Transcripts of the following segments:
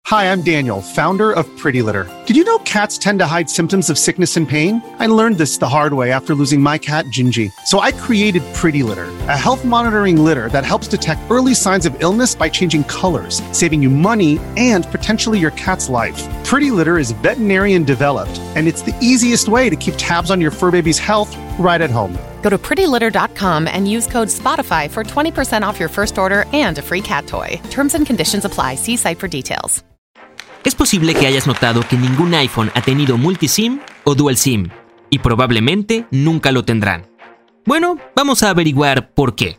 Hi, I'm Daniel, founder of Pretty Litter. Did you know cats tend to hide symptoms of sickness and pain? I learned this the hard way after losing my cat, Gingy. So I created Pretty Litter, a health monitoring litter that helps detect early signs of illness by changing colors, saving you money and potentially your cat's life. Pretty Litter is veterinarian developed, and it's the easiest way to keep tabs on your fur baby's health right at home. Go to prettylitter.com and use code SPOTIFY for 20% off your first order and a free cat toy. Terms and conditions apply. See site for details. Es posible que hayas notado que ningún iPhone ha tenido multiSIM o Dual SIM, y probablemente nunca lo tendrán. Bueno, vamos a averiguar por qué.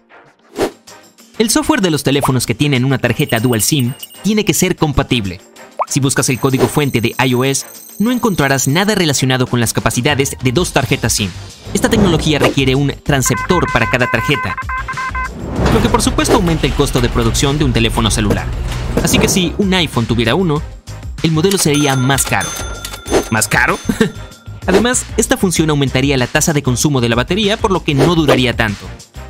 El software de los teléfonos que tienen una tarjeta Dual SIM tiene que ser compatible. Si buscas el código fuente de iOS, no encontrarás nada relacionado con las capacidades de dos tarjetas SIM. Esta tecnología requiere un transceptor para cada tarjeta, lo que por supuesto aumenta el costo de producción de un teléfono celular. Así que si un iPhone tuviera uno, el modelo sería más caro. ¿Más caro? Además, esta función aumentaría la tasa de consumo de la batería, por lo que no duraría tanto.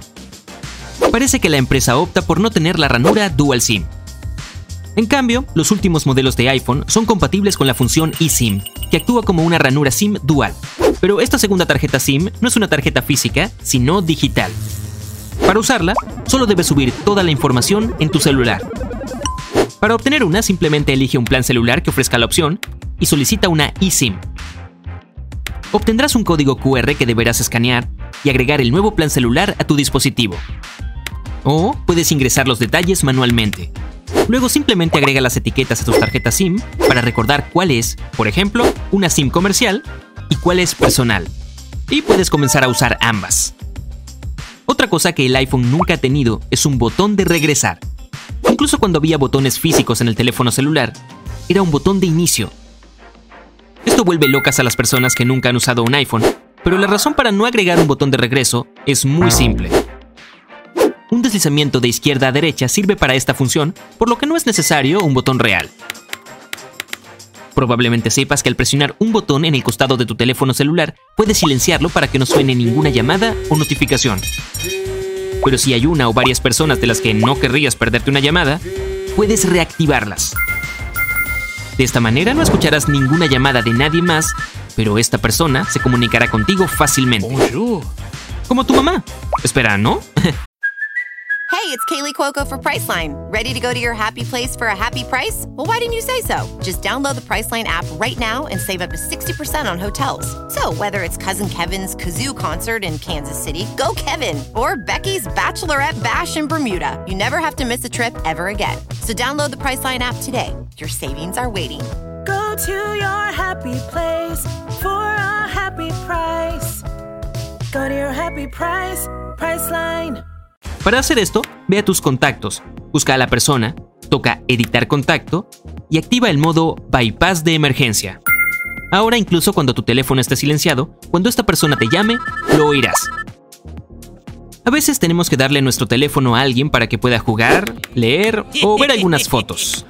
Parece que la empresa opta por no tener la ranura Dual SIM. En cambio, los últimos modelos de iPhone son compatibles con la función eSIM, que actúa como una ranura SIM dual. Pero esta segunda tarjeta SIM no es una tarjeta física, sino digital. Para usarla, solo debes subir toda la información en tu celular. Para obtener una, simplemente elige un plan celular que ofrezca la opción y solicita una eSIM. Obtendrás un código QR que deberás escanear y agregar el nuevo plan celular a tu dispositivo. O puedes ingresar los detalles manualmente. Luego simplemente agrega las etiquetas a tus tarjetas SIM para recordar cuál es, por ejemplo, una SIM comercial y cuál es personal. Y puedes comenzar a usar ambas. Otra cosa que el iPhone nunca ha tenido es un botón de regresar. Incluso cuando había botones físicos en el teléfono celular, era un botón de inicio. Esto vuelve locas a las personas que nunca han usado un iPhone, pero la razón para no agregar un botón de regreso es muy simple. Un deslizamiento de izquierda a derecha sirve para esta función, por lo que no es necesario un botón real. Probablemente sepas que al presionar un botón en el costado de tu teléfono celular, puedes silenciarlo para que no suene ninguna llamada o notificación. Pero si hay una o varias personas de las que no querrías perderte una llamada, puedes reactivarlas. De esta manera no escucharás ninguna llamada de nadie más, pero esta persona se comunicará contigo fácilmente. Bonjour. Como tu mamá. Espera, ¿no? Hey, it's Kaylee Cuoco for Priceline. Ready to go to your happy place for a happy price? Well, why didn't you say so? Just download the Priceline app right now and save up to 60% on hotels. So whether it's Cousin Kevin's Kazoo Concert in Kansas City, go Kevin, or Becky's Bachelorette Bash in Bermuda, you never have to miss a trip ever again. So download the Priceline app today. Your savings are waiting. Go to your happy place for a happy price. Go to your happy price, Priceline. Para hacer esto, ve a tus contactos, busca a la persona, toca editar contacto y activa el modo bypass de emergencia. Ahora, incluso cuando tu teléfono esté silenciado, cuando esta persona te llame, lo oirás. A veces tenemos que darle nuestro teléfono a alguien para que pueda jugar, leer o ver algunas fotos.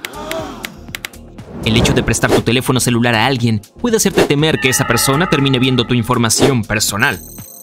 El hecho de prestar tu teléfono celular a alguien puede hacerte temer que esa persona termine viendo tu información personal.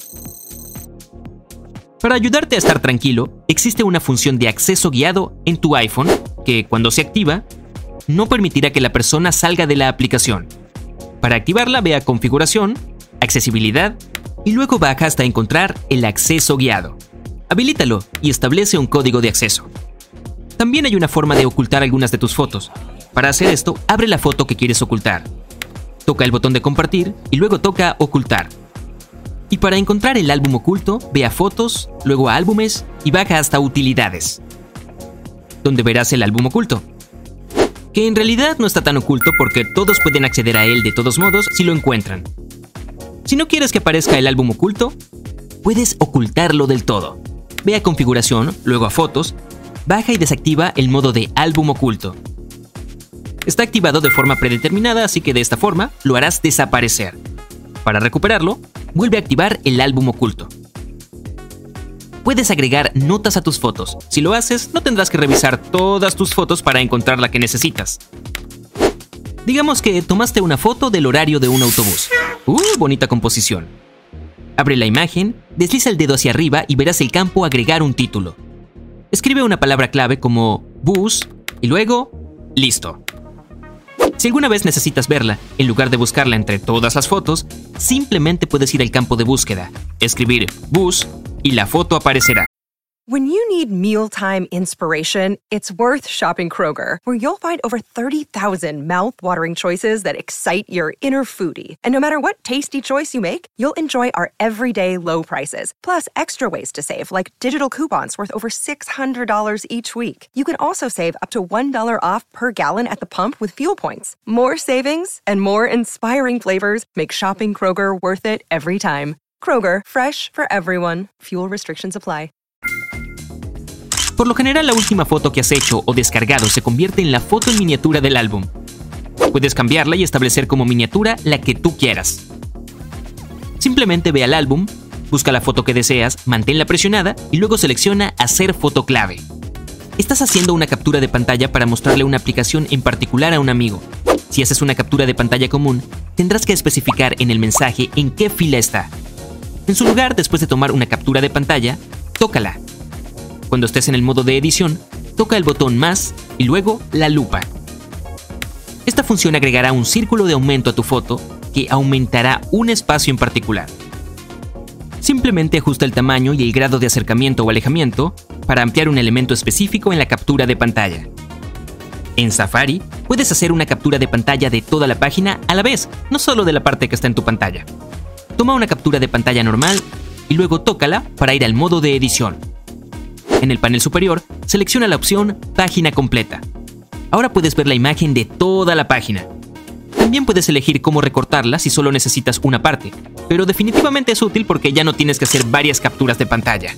Para ayudarte a estar tranquilo, existe una función de acceso guiado en tu iPhone que, cuando se activa, no permitirá que la persona salga de la aplicación. Para activarla, ve a Configuración, Accesibilidad y luego baja hasta encontrar el acceso guiado. Habilítalo y establece un código de acceso. También hay una forma de ocultar algunas de tus fotos. Para hacer esto, abre la foto que quieres ocultar. Toca el botón de compartir y luego toca Ocultar. Y para encontrar el álbum oculto, ve a Fotos, luego a Álbumes y baja hasta Utilidades, donde verás el álbum oculto, que en realidad no está tan oculto porque todos pueden acceder a él de todos modos si lo encuentran. Si no quieres que aparezca el álbum oculto, puedes ocultarlo del todo. Ve a Configuración, luego a Fotos, baja y desactiva el modo de álbum oculto. Está activado de forma predeterminada, así que de esta forma lo harás desaparecer. Para recuperarlo, vuelve a activar el álbum oculto. Puedes agregar notas a tus fotos. Si lo haces, no tendrás que revisar todas tus fotos para encontrar la que necesitas. Digamos que tomaste una foto del horario de un autobús. Bonita composición. Abre la imagen, desliza el dedo hacia arriba y verás el campo Agregar un título. Escribe una palabra clave como bus y luego, listo. Si alguna vez necesitas verla, en lugar de buscarla entre todas las fotos, simplemente puedes ir al campo de búsqueda, escribir bus y la foto aparecerá. When you need mealtime inspiration, it's worth shopping Kroger, where you'll find over 30,000 mouth-watering choices that excite your inner foodie. And no matter what tasty choice you make, you'll enjoy our everyday low prices, plus extra ways to save, like digital coupons worth over $600 each week. You can also save up to $1 off per gallon at the pump with fuel points. More savings and more inspiring flavors make shopping Kroger worth it every time. Kroger, fresh for everyone. Fuel restrictions apply. Por lo general, la última foto que has hecho o descargado se convierte en la foto en miniatura del álbum. Puedes cambiarla y establecer como miniatura la que tú quieras. Simplemente ve al álbum, busca la foto que deseas, manténla presionada y luego selecciona Hacer foto clave. Estás haciendo una captura de pantalla para mostrarle una aplicación en particular a un amigo. Si haces una captura de pantalla común, tendrás que especificar en el mensaje en qué fila está. En su lugar, después de tomar una captura de pantalla, tócala. Cuando estés en el modo de edición, toca el botón más y luego la lupa. Esta función agregará un círculo de aumento a tu foto que aumentará un espacio en particular. Simplemente ajusta el tamaño y el grado de acercamiento o alejamiento para ampliar un elemento específico en la captura de pantalla. En Safari, puedes hacer una captura de pantalla de toda la página a la vez, no solo de la parte que está en tu pantalla. Toma una captura de pantalla normal y luego tócala para ir al modo de edición. En el panel superior, selecciona la opción Página completa. Ahora puedes ver la imagen de toda la página. También puedes elegir cómo recortarla si solo necesitas una parte, pero definitivamente es útil porque ya no tienes que hacer varias capturas de pantalla.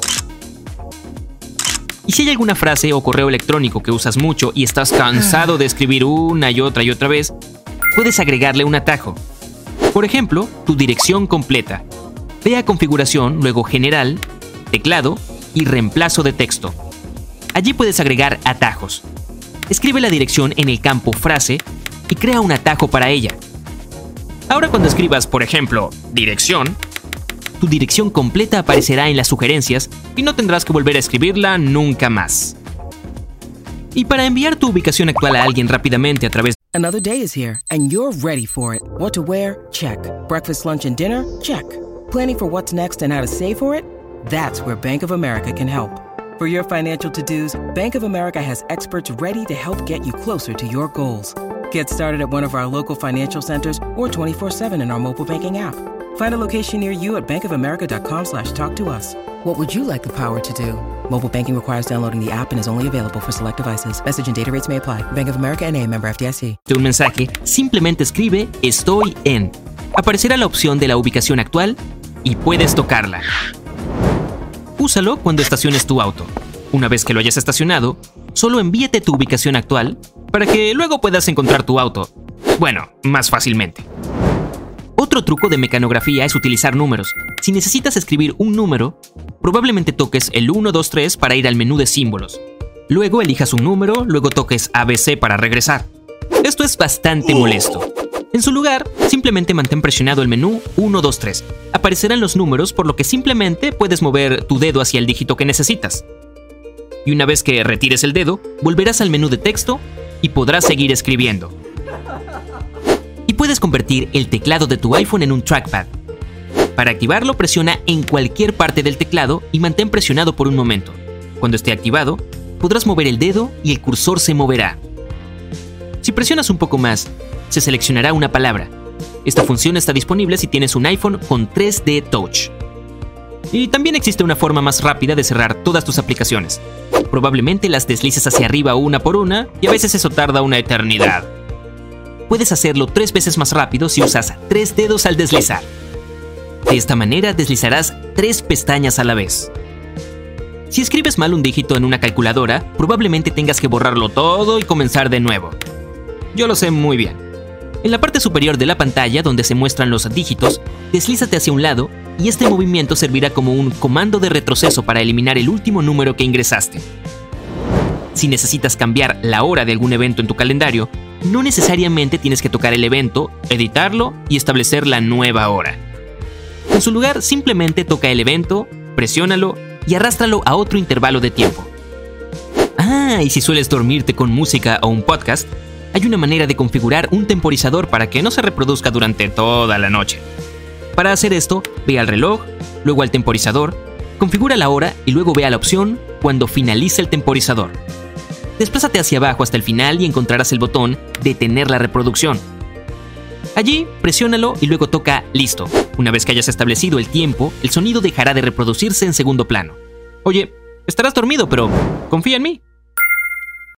Y si hay alguna frase o correo electrónico que usas mucho y estás cansado de escribir una y otra vez, puedes agregarle un atajo. Por ejemplo, tu dirección completa. Ve a Configuración, luego General, Teclado y Reemplazo de texto. Allí puedes agregar atajos. Escribe la dirección en el campo Frase y crea un atajo para ella. Ahora cuando escribas, por ejemplo, dirección, tu dirección completa aparecerá en las sugerencias y no tendrás que volver a escribirla nunca más. Y para enviar tu ubicación actual a alguien rápidamente a través Another day is here, and you're ready for it. What to wear? Check. Breakfast, lunch, and dinner? Check. Planning for what's next and how to save for it? That's where Bank of America can help. For your financial to-dos, Bank of America has experts ready to help get you closer to your goals. Get started at one of our local financial centers or 24/7 in our mobile banking app. Find a location near you at bankofamerica.com/talktous. What would you like the power to do? Mobile banking requires downloading the app and is only available for select devices. Message and data rates may apply. Bank of America N.A., member FDIC. De un mensaje, simplemente escribe Estoy en. Aparecerá la opción de la ubicación actual y puedes tocarla. Úsalo cuando estaciones tu auto. Una vez que lo hayas estacionado, solo envíate tu ubicación actual para que luego puedas encontrar tu auto. Bueno, más fácilmente. Otro truco de mecanografía es utilizar números. Si necesitas escribir un número, probablemente toques el 1, 2, 3 para ir al menú de símbolos. Luego elijas un número, luego toques ABC para regresar. Esto es bastante molesto. En su lugar, simplemente mantén presionado el menú 1, 2, 3. Aparecerán los números, por lo que simplemente puedes mover tu dedo hacia el dígito que necesitas. Y una vez que retires el dedo, volverás al menú de texto y podrás seguir escribiendo. Y puedes convertir el teclado de tu iPhone en un trackpad. Para activarlo, presiona en cualquier parte del teclado y mantén presionado por un momento. Cuando esté activado, podrás mover el dedo y el cursor se moverá. Si presionas un poco más, se seleccionará una palabra. Esta función está disponible si tienes un iPhone con 3D Touch. Y también existe una forma más rápida de cerrar todas tus aplicaciones. Probablemente las deslices hacia arriba una por una y a veces eso tarda una eternidad. Puedes hacerlo 3 veces más rápido si usas 3 dedos al deslizar. De esta manera deslizarás 3 pestañas a la vez. Si escribes mal un dígito en una calculadora, probablemente tengas que borrarlo todo y comenzar de nuevo. Yo lo sé muy bien. En la parte superior de la pantalla, donde se muestran los dígitos, deslízate hacia un lado y este movimiento servirá como un comando de retroceso para eliminar el último número que ingresaste. Si necesitas cambiar la hora de algún evento en tu calendario, no necesariamente tienes que tocar el evento, editarlo y establecer la nueva hora. En su lugar, simplemente toca el evento, presiónalo y arrástralo a otro intervalo de tiempo. Y si sueles dormirte con música o un podcast, hay una manera de configurar un temporizador para que no se reproduzca durante toda la noche. Para hacer esto, ve al reloj, luego al temporizador, configura la hora y luego ve a la opción cuando finalice el temporizador. Desplázate hacia abajo hasta el final y encontrarás el botón Detener la reproducción. Allí, presiónalo y luego toca Listo. Una vez que hayas establecido el tiempo, el sonido dejará de reproducirse en segundo plano. Oye, estarás dormido, pero confía en mí.